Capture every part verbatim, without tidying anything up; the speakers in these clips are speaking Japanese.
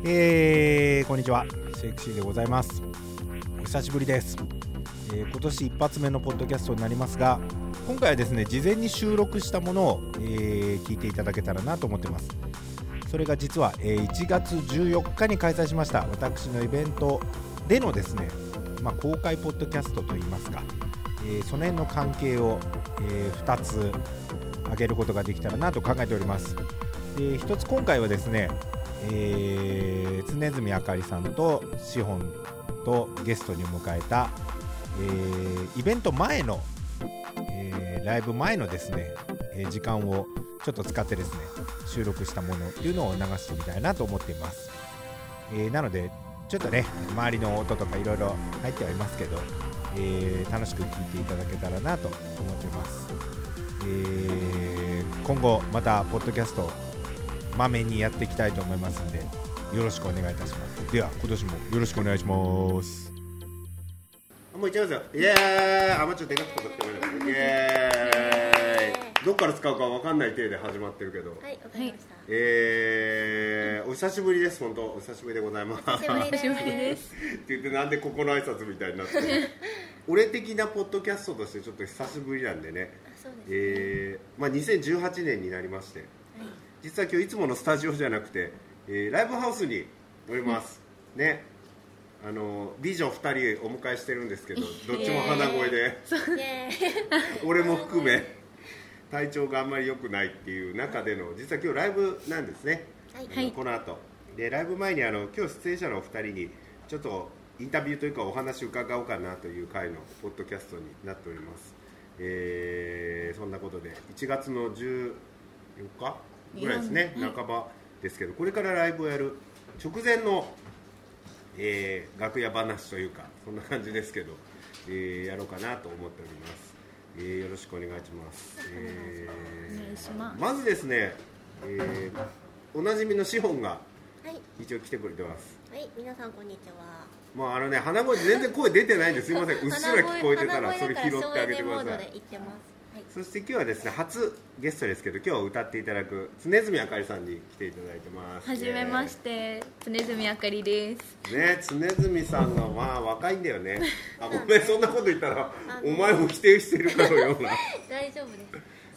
えー、こんにちは、セクシーでございます。お久しぶりです、えー、今年一発目のポッドキャストになりますが、今回はですね、事前に収録したものを、えー、聞いていただけたらなと思ってます。それが実は、えー、いちがつじゅうよっかに開催しました私のイベントでのですね、まあ、公開ポッドキャストといいますか、えー、その辺の関係を、えー、ふたつ挙げることができたらなと考えております。で、ひとつ今回はですね、えー、常住あかりさんとしほんとゲストに迎えた、えー、イベント前の、えー、ライブ前のですね、えー、時間をちょっと使ってですね、収録したものっていうのを流してみたいなと思っています。えー、なのでちょっとね、周りの音とかいろいろ入ってはいますけど、えー、楽しく聴いていただけたらなと思っています。えー、今後またポッドキャストまめにやっていきたいと思いますので、よろしくお願いいたします。では今年もよろしくお願いします。 もういっちゃいますよ。イエーイ。あ、もうちょっとでかくとってもらいます。イエーイ。どっから使うか分かんない体で始まってるけど、 はい、わかりました。 えー、お久しぶりです。本当お久しぶりでございます。 お久しぶりですって言ってなんでここの挨拶みたいになってる俺的なポッドキャストとしてちょっと久しぶりなんでね。 あ、そうですね。 えー、まあにせんじゅうはちねんになりまして、はい、実は今日いつものスタジオじゃなくて、えー、ライブハウスにおります、うん、ね。あの美女ふたりお迎えしてるんですけど、どっちも鼻声で俺も含め体調があんまり良くないっていう中での、実は今日ライブなんですね、はい、この後でライブ前にあの今日出演者のお二人にちょっとインタビューというかお話伺おうかなという回のポッドキャストになっております。えー、そんなことでいちがつのじゅうよっかぐらいですね、半ばですけど、これからライブをやる直前のえー、楽屋話というかそんな感じですけど、えー、やろうかなと思っております。えー、よろしくお願いします。えー、お願いします。まずですね、えー、おなじみのしほんが一応来てくれてます。 はい、皆さんこんにちは。 もうあのね、鼻声全然声出てないんです。すいません、うっすら聞こえてたらそれ拾ってあげてください。そして今日はですね、初ゲストですけど、今日は歌っていただく常住あかりさんに来ていただいてます。 はじめまして、常住あかりですね。常住さんがまあ若いんだよね。あ、ごめん、そんなこと言ったらお前も否定してるかのような大丈夫です。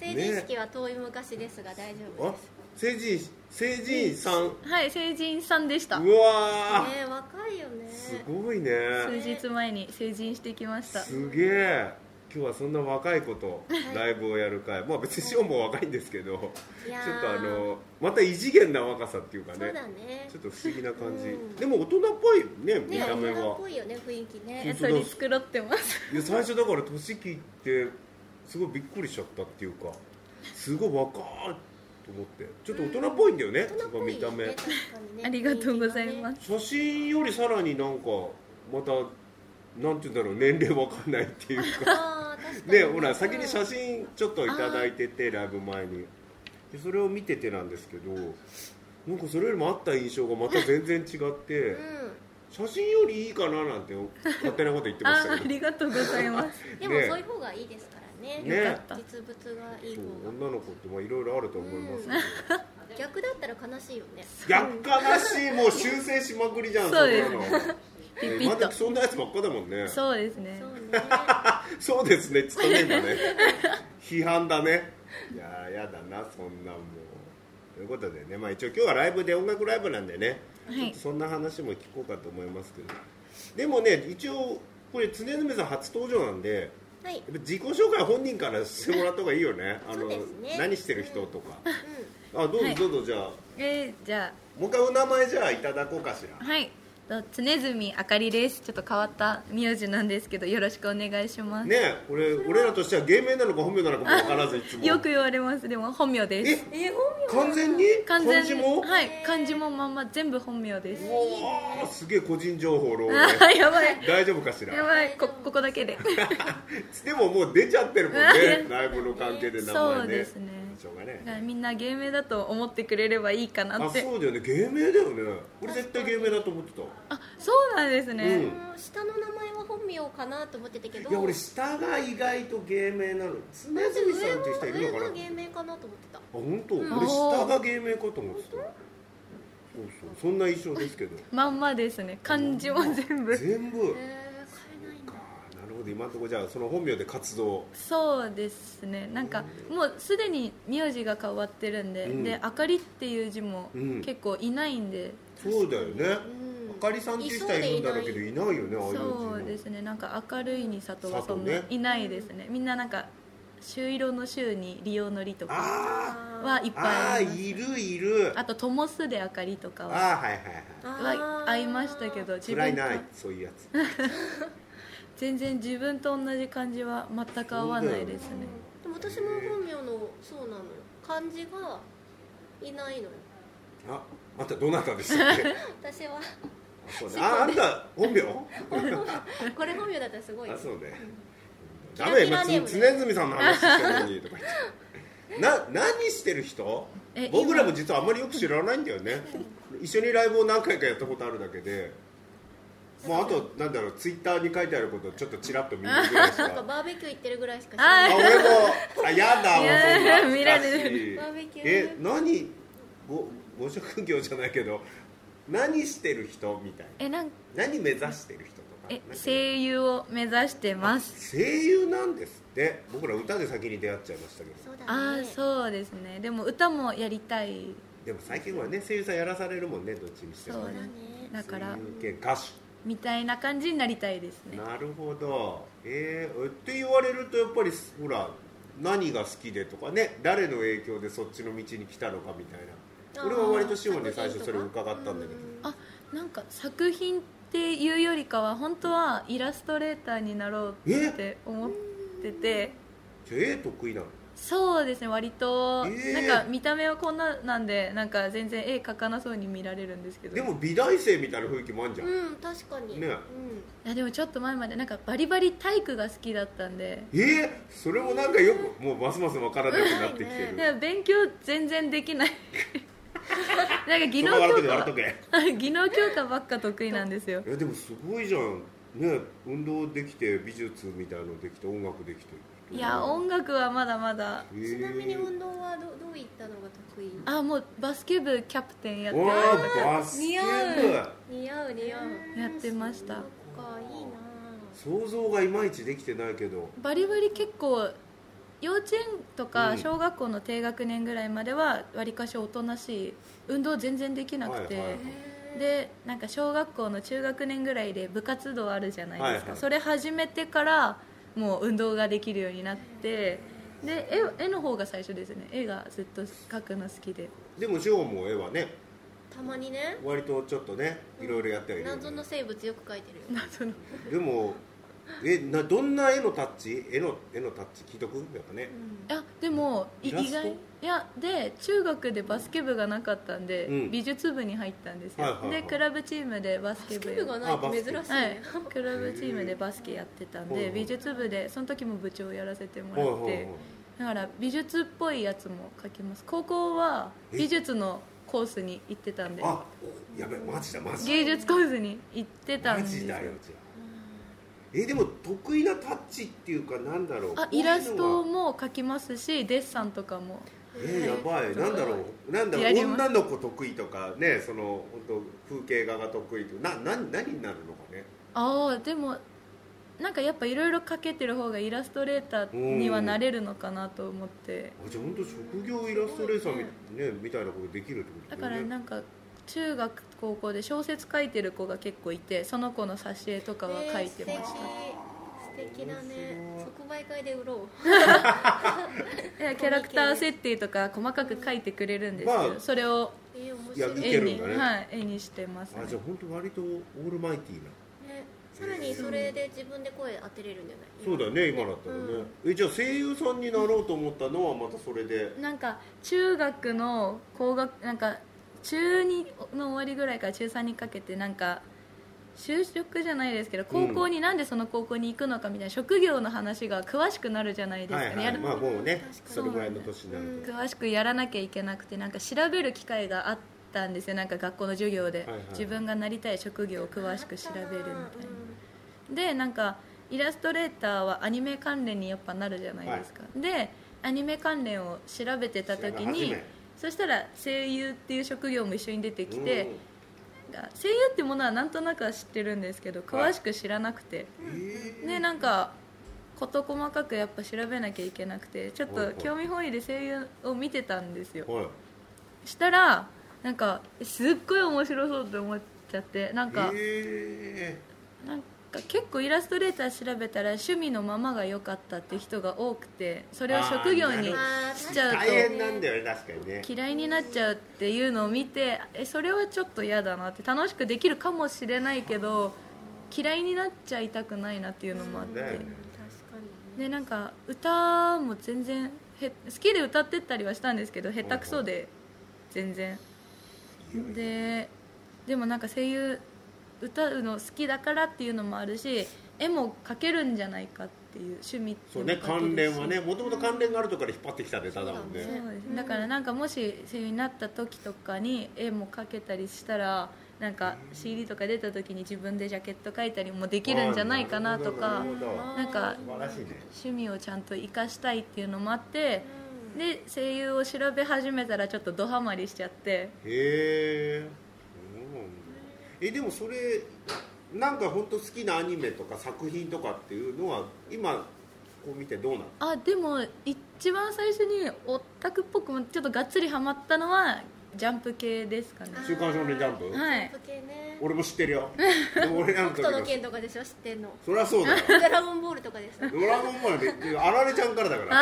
成人式は遠い昔ですが大丈夫です。 成人成人さん、 はい、成人さんでした。 うわー、ね、若いよね。 すごいね。 数日前に成人してきました。 すげえ。今日はそんな若い子とライブをやる会、まあ別にシオンも若いんですけど、ちょっとあのまた異次元な若さっていうかね、 そうだね、 ちょっと不思議な感じ、うん、でも大人っぽいね、見た目は。 大人っぽいよね、雰囲気ね。 取り繕ってます。 いや、最初だから年聞いてすごいびっくりしちゃったっていうか、すごい若いと思って、ちょっと大人っぽいんだよね、うん、すごい見た目、ね、 ありがとうございます。 写真よりさらになんかまたなんていうんだろう、年齢わかんないっていうかね、ほら先に写真ちょっといただいてて、ライブ前にでそれを見ててなんですけど、なんかそれよりもあった印象がまた全然違って、うん、写真よりいいかななんて勝手なこと言ってましたけどあ, ありがとうございますでもそういう方がいいですからね、ね、実物がいい方が。 女の子っていろいろあると思いますけど、 うん、逆だったら悲しいよね。 逆悲しい、もう修正しまくりじゃん。 そうですねえー、まだそんなやつばっかだもんね。 そうですね。 そうですね。つったねんだね。批判だね。いややだな、そんなもう。ということでね、まあ一応今日はライブで音楽ライブなんでね、はい、ちょっとそんな話も聞こうかと思いますけど。でもね、一応これ常住さん初登場なんで、はい、自己紹介本人からしてもらった方がいいよね。あの、ね、何してる人とか。うん、あ、どうぞどうぞ、はい、じゃあ。 えー、じゃあ。 もう一回お名前じゃあいただこうかしら。 はい。常住あかりです。ちょっと変わった名字なんですけど、よろしくお願いします。 ね、これ俺らとしては芸名なのか本名なのかも分からずいつもよく言われます。でも本名です。 え、え本名？ 完全に？ 完全に漢字も？ はい、漢字もまんま全部本名です。 うわー、すげえ個人情報漏洩やばい。 大丈夫かしら？ やばい、こここだけででももう出ちゃってるもんねライブの関係で名前ね。 そうですね。 しょうがね。 みんな芸名だと思ってくれればいいかなって。 あ、そうだよね、芸名だよね。俺絶対芸名だと思ってた。 あ、そうなんですね、うん、 下の名前は本名かなと思ってたけど、 いや俺下が意外と芸名なの。常住さんっていう人いるのかな。 上が芸名かなと思ってた。あ、 本当、うん、俺下が芸名かと思ってた。 そうそうそんな印象ですけどまんまですね、漢字も全部全部、 えー、変えないんだ。 かなるほど。今のところじゃあその本名で活動。 そうですね、なんかもうすでに名字が変わってるんで、 うんであかりっていう字もうん結構いないんで、 そうだよね、 うんあかりさんっていう人はいるんだろうけどいないよね、ああいう字もそうですね、なんか明るいに里はそんな里ねいないですね。みんななんか朱色の朱に利用の利とかあはいっーあぱいあります。 ーいるいるあとともすであかりとかはああはいはいはいは合いましたけど、自分と暗いないそういうやつ全然自分と同じ漢字は全く合わないですね。 でも私も本名のそうなのよ、漢字がいないのよ。 ああんたどなたでしたっけ私はあそうねああんた本名これ本名だったらすごいよ。 あそうねキラダメ今キラネームね常住さんの話してるのにとか言ってな何してる人え僕らも実はあんまりよく知らないんだよね一緒にライブを何回かやったことあるだけでもうあとなんだろうツイッターに書いてあることをちょっとチラッと見るぐらいしかなんかバーベキュー行ってるぐらいしか知あらない。 あ俺もあやだもういやそんな見られる懐かしいバーベキューえ何ごご職業じゃないけど何してる人みたいなえなん何目指してる人とかえなんか声優を目指してます。 声優なんですって僕ら歌で先に出会っちゃいましたけどそうだあね。 あそうですね、でも歌もやりたい。 でも最近はね声優さんやらされるもんねどっちにしてもそうだね、だから声優兼歌手みたいな感じになりたいですね。 なるほどえー、って言われるとやっぱりほら何が好きでとかね誰の影響でそっちの道に来たのかみたいな俺は割とシオンに最初それを伺ったんだけどあなんか作品っていうよりかは本当はイラストレーターになろうって思ってて、 じゃあ絵得意なのそうですね割と、 えーなんか見た目はこんななんでなんか全然絵描かなそうに見られるんですけど、 でも美大生みたいな雰囲気もあるじゃん、 うん確かに。 ねうんいやでもちょっと前までなんかバリバリ体育が好きだったんで、 えー、それもなんかよくもうますます分からなくなってきてる、 いや勉強全然できないなんか技能そこ笑っとけ強化笑っとけ技能強化ばっか得意なんですよ。 えでもすごいじゃんね運動できて美術みたいのできて音楽できていや音楽はまだまだ、 えーちなみに運動はどどういったのが得意？ あもうバスケ部キャプテンやってわましたあバスケ部似合う似合う。 やってました。 そっかいいな。 想像がいまいちできてないけどバリバリ結構幼稚園とうんか小学校の低学年ぐらいまではわりかしおとなしい、運動全然できなくて、 はいはいでなんか小学校の中学年ぐらいで部活動あるじゃないですか、 はいはいそれ始めてからもう運動ができるようになって、で 絵, 絵の方が最初ですね。絵がずっと描くの好きで、 でもシオンも絵はねたまにね。 割とちょっとねいろいろやってはいるよね謎の生物よく描いてるよ。 謎のでもえなどんな絵のタッチ絵の絵のタッチ聞いとくやっぱねうんいやでもいイラスト意外いやで中学でバスケ部がなかったんで、 うん美術部に入ったんですよ、 はいはいはいでクラブチームでバスケ部スケ部がないって珍しいはいね。、 クラブチームでバスケやってたんで、 はいはい美術部でその時も部長をやらせてもらって、 はいはいはいだから美術っぽいやつも描きます。高校は美術のコースに行ってたんで、 あやべマジだマジだ芸術コースに行ってたんマですよ。 ジだよじゃあえでも得意なタッチっていうかなんだろうあこういうのがイラストも描きますしデッサンとかも。 えー、やばいなんだろうなんだろうやります女の子得意とかねその本当風景画が得意とかな何何になるのかねああでもなんかやっぱいろいろ描けてる方がイラストレーターにはなれるのかなと思って、 あじゃあ本当職業イラストレーサーみ,、ね、みたいなことできるってことだからなんか中学高校で小説書いてる子が結構いて、その子の挿絵とかは書いてました、 えー素敵素敵だね。即売会で売ろう。 いやキャラクター設定とか細かく書いてくれるんですけど、 まあそれをえー、面いや白いいけるん絵に、 だねはい、絵にしてます、ねあじゃあ本当割とオールマイティーなね。さらにそれで自分で声当てれるんじゃない？ そうだよね今だったらね、えじゃあ声優さんになろうと思ったのはまたそれでなんか中学の高学なんか中にの終わりぐらいから中さんにかけてなんか就職じゃないですけど高校になんでその高校に行くのかみたいな職業の話が詳しくなるじゃないですか、 はいはいやるまあもうね確かにそれぐらいの年になると、 詳しくやらなきゃいけなくてなんか調べる機会があったんですよ。なんか学校の授業で、 はいはい自分がなりたい職業を詳しく調べるみたいな、でなんかイラストレーターはアニメ関連にやっぱなるじゃないですか、でアニメ関連を調べてた時に知らな初めそしたら声優っていう職業も一緒に出てきて、声優ってものはなんとなくは知ってるんですけど詳しく知らなくて、 はい、 でなんか事細かくやっぱ調べなきゃいけなくてちょっと興味本位で声優を見てたんですよ、はい、したらなんかすっごい面白そうって思っちゃって、なんか、なんか結構イラストレーター調べたら趣味のままが良かったって人が多くて、それを職業にしちゃうと大変なんだよね、確かにね、 嫌いになっちゃうっていうのを見て、えそれはちょっと嫌だなって、楽しくできるかもしれないけど嫌いになっちゃいたくないなっていうのもあって、 ね、 でなんか歌も全然へ好きで歌ってったりはしたんですけど下手くそで全然で、でもなんか声優歌うの好きだからっていうのもあるし、絵も描けるんじゃないかっていう趣味っていうのもそうね、関連はね、もともと関連があるところから引っ張ってきたネタだもんね。 そうです、だからなんかもし声優になった時とかに絵も描けたりしたら、なんか シーディー とか出た時に自分でジャケット描いたりもできるんじゃないかなとか、なんか趣味をちゃんと生かしたいっていうのもあって、で声優を調べ始めたらちょっとドハマりしちゃって。へえ、えでもそれなんか本当好きなアニメとか作品とかっていうのは今こう見てどうなの？ あでも一番最初にオタクっぽくもちょっとがっつりハマったのはジャンプ系ですかね。 週刊少年ジャンプ？ はい。 ジャンプ系ね。 俺も知ってるよ。でも俺なん北斗の拳とかでしょ、知ってんの。 そりゃそうだよ。 ドラゴンボールとかでしょ。 ドラゴンボールであられちゃんからだから。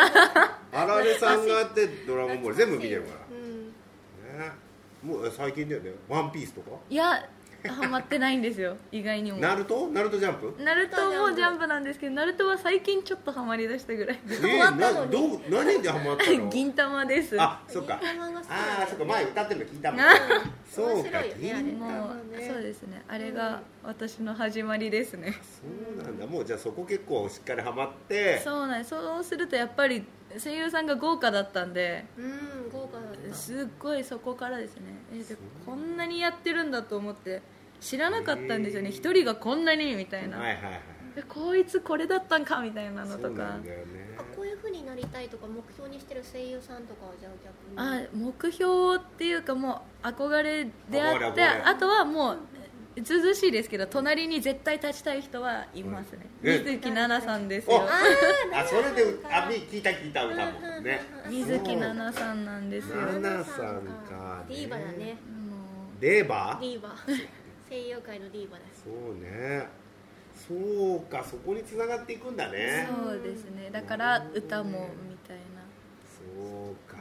あられさんがあってドラゴンボール全部見てるから。うん。ね。もう最近だよね。ワンピースとか？ いや。ハマってないんですよ、意外にも。 ナルト？ナルトジャンプ？ ナルトもジャンプなんですけど、ナルトは最近ちょっとハマりだしたぐらいで。 えー、などう何でハマったの？ 銀玉です。 あ、そっか。ああ、そっか、前歌ってるの聞いたもん。そうか、銀玉。 もうそうですね。あれが私の始まりですね。 そうなんだ。もうじゃあそこ結構しっかりハマって。 そうなんです。そうするとやっぱり声優さんが豪華だったんで、 うん、豪華だった。 すっごいそこからですね。えでこんなにやってるんだと思って知らなかったんですよね。一人がこんなにみたいな。はいはいはい。でこいつこれだったんかみたいなのとか。そうなんだよね。 あ、こういう風になりたいとか目標にしてる声優さんとかはじゃあ逆に。 あ、目標っていうかもう憧れであって、あとはもうずうずうしいですけど隣に絶対立ちたい人はいますね。うん、水木奈々さんですよ。 あ、それであ聞いた聞いた歌もね。 水木奈々さんなんですよ。 奈々さんか。 ディーバだね。 デーバ？ ディーバ。声優界のディーバです。 そうね。そうか、そこに繋がっていくんだね。 そうですね。だから歌もみたいな。 そうか。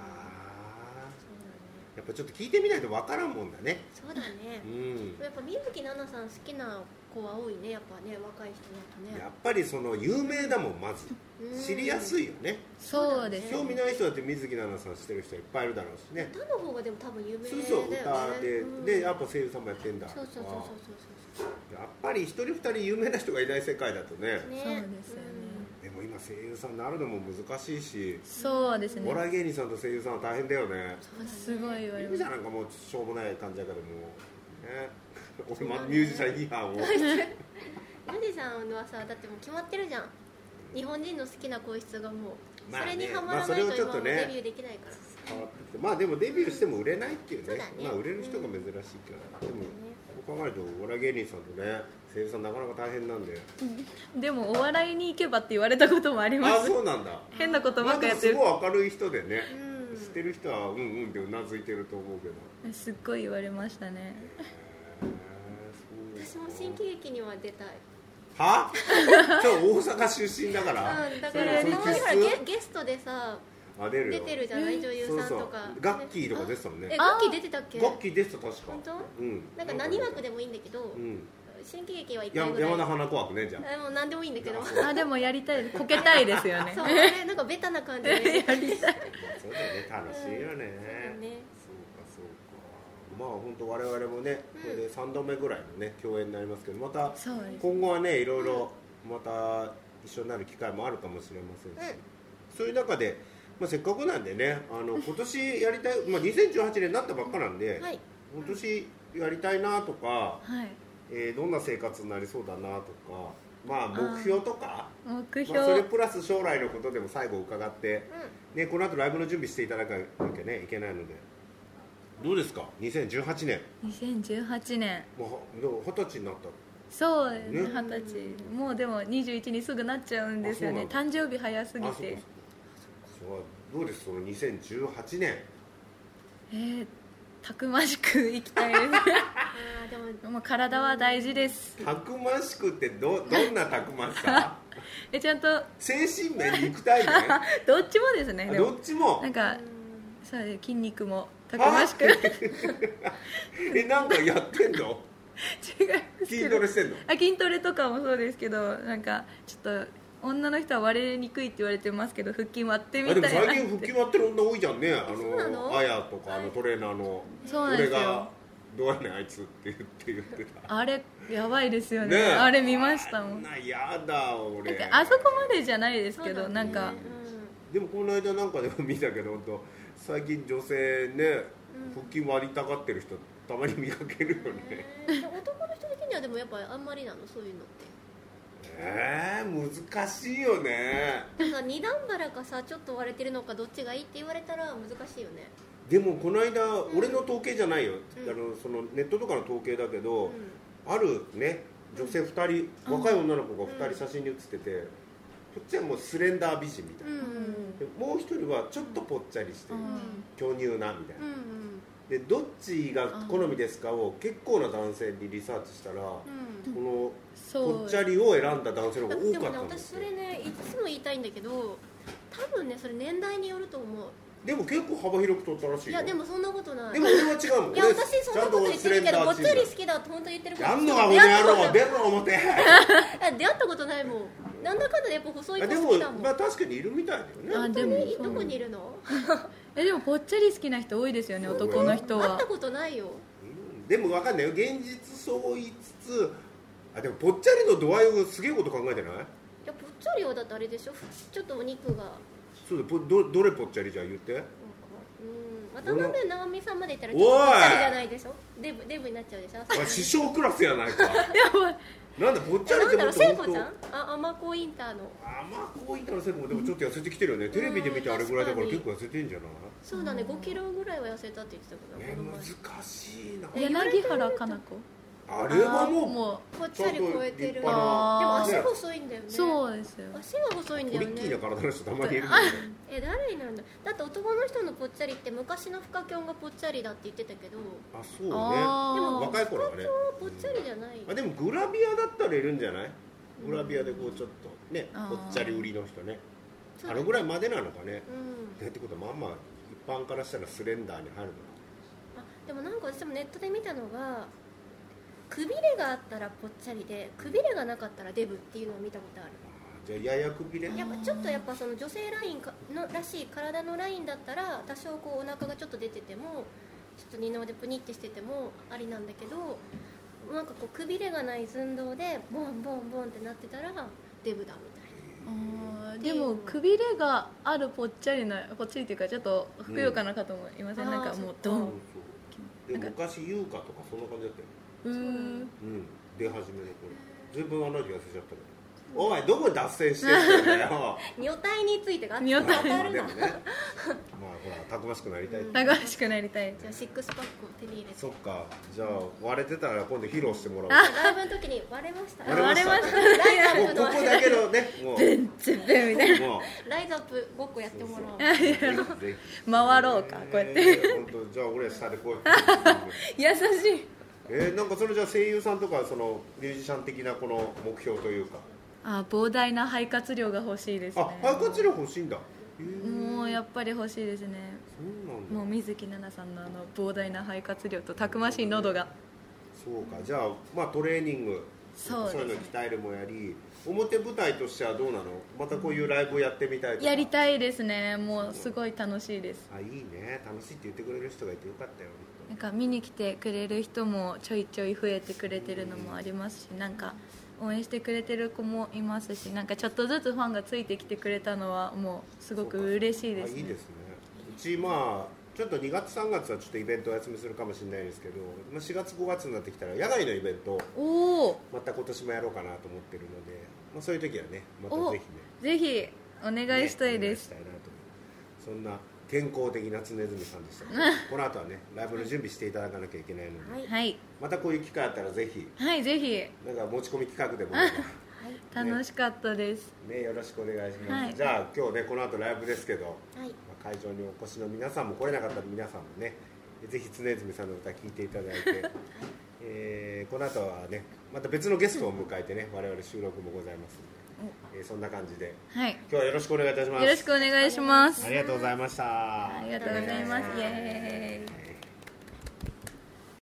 やっぱちょっと聞いてみないとわからんもんだね。 そうだね。うん。やっぱ水木奈々さん好きな子は多いね。やっぱね、若い人だとね。 やっぱりその有名だもん、まず知りやすいよね。 そうです。 興味ない人だって水木奈々さん知ってる人いっぱいいるだろうしね。 歌の方がでも多分有名だよね。 そうそう、歌で、うん、でやっぱ声優さんもやってんだ。 そうそうそうそうそう。 やっぱり一人二人有名な人がいない世界だとね。 ね、そうですよね。 でも今声優さんになるのも難しいし。 そうですね。 お笑い芸人さんと声優さんは大変だよね。 すごい言われます。 じゃなんかもうしょうもない感じだからもうね。俺もミュージシャン批判を。 ミュージシャンはさ、だってもう決まってるじゃん。日本人の好きな声質がもう、それにハマらないと今もデビューできないから。 まあでもデビューしても売れないっていうね。まあ売れる人が珍しいから。でもそう考えるとお笑い芸人さんとね声優さんなかなか大変なんで。 でもお笑いに行けばって言われたこともあります。 あ、そうなんだ。 変なことばっかやってる。 すごい明るい人でね。知ってる人はうんうんってうなずいてると思うけど。 すっごい言われましたね。 私も新喜劇には出たい。 は？今日大阪出身だから。 うん、だからたまにほらゲゲストでさ。出てるじゃない、女優さんとか。そうそうガッキーとか出てたもんね。 え、ガッキー出てたっけ？ ガッキー出てた確か。 本当？うん。なんか何枠でもいいんだけど、新喜劇は一回ぐらい。 山田花子枠ねじゃあ。もう何でもいいんだけど。 あ、でもやりたい、こけたいですよね。 そうね、なんかベタな感じでやりたい。 そうだよね、楽しいよね。そうかそうか。まあ本当我々もね、これで三度目ぐらいのね共演になりますけど、また今後はねいろいろまた一緒になる機会もあるかもしれませんし、そういう中で。まあ、せっかくなんでね、あの今年やりたい、まあ、にせんじゅうはちねんになったばっかなんで、はい、今年やりたいなとか、はい、えー、どんな生活になりそうだなとか、まあ、目標とか目標、 まあ、それプラス将来のことでも最後伺って、うん、ね、この後ライブの準備していただかなきゃ、ね、いけないので、 どうですかにせんじゅうはちねん。 にせんじゅうはちねんもうでも二十歳になった。 そうですね、 ね二十歳もうでもにじゅういちにすぐなっちゃうんですよね。誕生日早すぎあそうて。 そうどうですそのにせんじゅうはちねん。 えー、たくましくいきたいですあでももう体は大事です。 たくましくってどどんなたくましさえちゃんと精神面肉体面どっちもですね。でもどっちもなんかそうです筋肉もたくましくえなんかやってんの違いますけ筋どトレしてんの。 あ筋トレとかもそうですけどなんかちょっと女の人は割れにくいって言われてますけど腹筋割ってみあでもたいなって。 最近腹筋割ってる女多いじゃんね。あそうなののあやとかあのトレーナーのそうなんですよ俺がどうやねんあいつって言って言ってた。 あれやばいですよねねえあれ見ましたもん。 あんなやだ俺。 なんかあそこまでじゃないですけど、 そうだねなんかでもこの間なんかでも見たけど本当最近女性ね腹筋割りたがってる人たまに見かけるよね。 うん男の人的にはでもやっぱりあんまりなのそういうのってえー、難しいよね。 なんか二段腹かさちょっと割れてるのかどっちがいいって言われたら難しいよね。 でもこの間、うん、俺の統計じゃないよ、 うん、 あのそのネットとかの統計だけど、 うん、 あるね女性ふたり、うん、若い女の子がふたり写真に写ってて、うん、こっちはもうスレンダー美人みたいな、うん、でもう一人はちょっとぽっちゃりしてる、巨乳なみたいな、でどっちが好みですかを結構な男性にリサーチしたら、このぽっちゃりを選んだ男性の方が多かったんですよ。 でもね私それねいつも言いたいんだけど多分ねそれ年代によると思う。 でも結構幅広く取ったらしいよ。 いやでもそんなことない。 でも俺は違うもん。 いや私そんなこと言ってるけどぽっちゃり好きだって本当に言ってるからやんのかこの野郎出ろ表出会ったことないもん。なんだかんだやっぱ細い子好きだもん。 でもまあ確かにいるみたいだよね。 あでもどこにいるのえでもぽっちゃり好きな人多いですよね男の人は。 会ったことないよ。 うん、でも分かんないよ現実そう言いつつあでもぽっちゃりの度合いをすげえこと考えてない？いやぽっちゃりはだってあれでしょちょっとお肉がそうだどどれぽっちゃりじゃん言って。 渡辺直美さんまで言ったらちょっとぽっちゃりじゃないでしょ。デブデブになっちゃうでしょ。 師匠クラスやないか。なんだぽっちゃりってもっと聖子ちゃん？あ、アマコインターの。 アマコインターの聖子もでもちょっと痩せてきてるよね。テレビで見てあれぐらいだから結構痩せてんじゃない？ そうだね、ごキロぐらいは痩せたって言ってたけど。 ね難しいな。 柳原加奈子。 あれはもうもうぽっちゃり超えてる。でも足細いんだよね。 そうですよ。 足が細いんだよね。 トリッキーな体の人たまにいるんだよね。 え誰になるんだ。だって男の人のぽっちゃりって昔のフカキョンがぽっちゃりだって言ってたけど。 あそうね。でも若い頃はね。フカキョンはぽっちゃりじゃない。 あでもグラビアだったらいるんじゃない？グラビアでこうちょっとねぽっちゃり売りの人ね。あのぐらいまでなのかね。うん。ってことはまあまあ一般からしたらスレンダーに入るの。 あでもなんか私もネットで見たのが。くびれがあったらぽっちゃりでくびれがなかったらデブっていうのを見たことある。 じゃあややくびれやっぱちょっとやっぱその女性ラインかのらしい体のラインだったら多少こうお腹がちょっと出ててもちょっと二の腕プニってしててもありなんだけどなんかこうくびれがない寸胴でボンボンボンってなってたらデブだみたいな。 あでもくびれがあるぽっちゃりなぽっちゃりっていうかちょっとふくよかな方もいません、うん、なんかもうドン。 で昔優香とかそんな感じだったよ。 うん、うん、 出始めの頃全部あの時痩せちゃったけどおいどこに脱線してるんだよ女体についてが女体まあでもねまあほらたくましくなりたい、うん、 たくましくなりたいじゃあシックスパックを手に入れてそっかじゃあ割れてたら今度披露してもらおう。 ライブの時に割れました割れましたライもうここだけのねもうベンチベンみたいなもうライズアップごっこやってもらおう回ろうかこうやって本当じゃあ俺下でこう優しいえー、なんかそれじゃあ声優さんとかそのミュージシャン的なこの目標というかあ膨大な肺活量が欲しいですね。 あ肺活量欲しいんだ。 もうやっぱり欲しいですね。 そうなんだ。 もう水木奈々さんのあの膨大な肺活量とたくましい喉がそうかじゃあまあトレーニングそうですね、 そういうの鍛えるもやり表舞台としてはどうなのまたこういうライブやってみたいとかやりたいですね。もうすごい楽しいです。 あいいね楽しいって言ってくれる人がいてよかったよ。 なんか見に来てくれる人もちょいちょい増えてくれてるのもありますしなんか応援してくれてる子もいますしなんかちょっとずつファンがついてきてくれたのはもうすごく嬉しいですね。 いいですね。うちまあちょっとにがつさんがつはちょっとイベントお休みするかもしれないですけど、まあ、しがつごがつになってきたら野外のイベントをまた今年もやろうかなと思ってるので、まあ、そういう時はねまたぜひねぜひお願いしたいです、 ね、お願いしたいなとそんな健康的な常住さんでしたけどこの後はねライブの準備していただかなきゃいけないので、 はい、 またこういう機会あったらぜひはいぜひなんか持ち込み企画でもいいはい、楽しかったですね、よろしくお願いします、 はい、 じゃあ今日ねこの後ライブですけど、 はい、 まあ、会場にお越しの皆さんも来れなかった皆さんもねぜひ常住さんの歌聴いていただいて、えー、この後はねまた別のゲストを迎えてね我々収録もございますので、えー、そんな感じで、 はい、 今日はよろしくお願いいたします。 よろしくお願いします。 ありがとうございました。 ありがとうございます。イエーイ。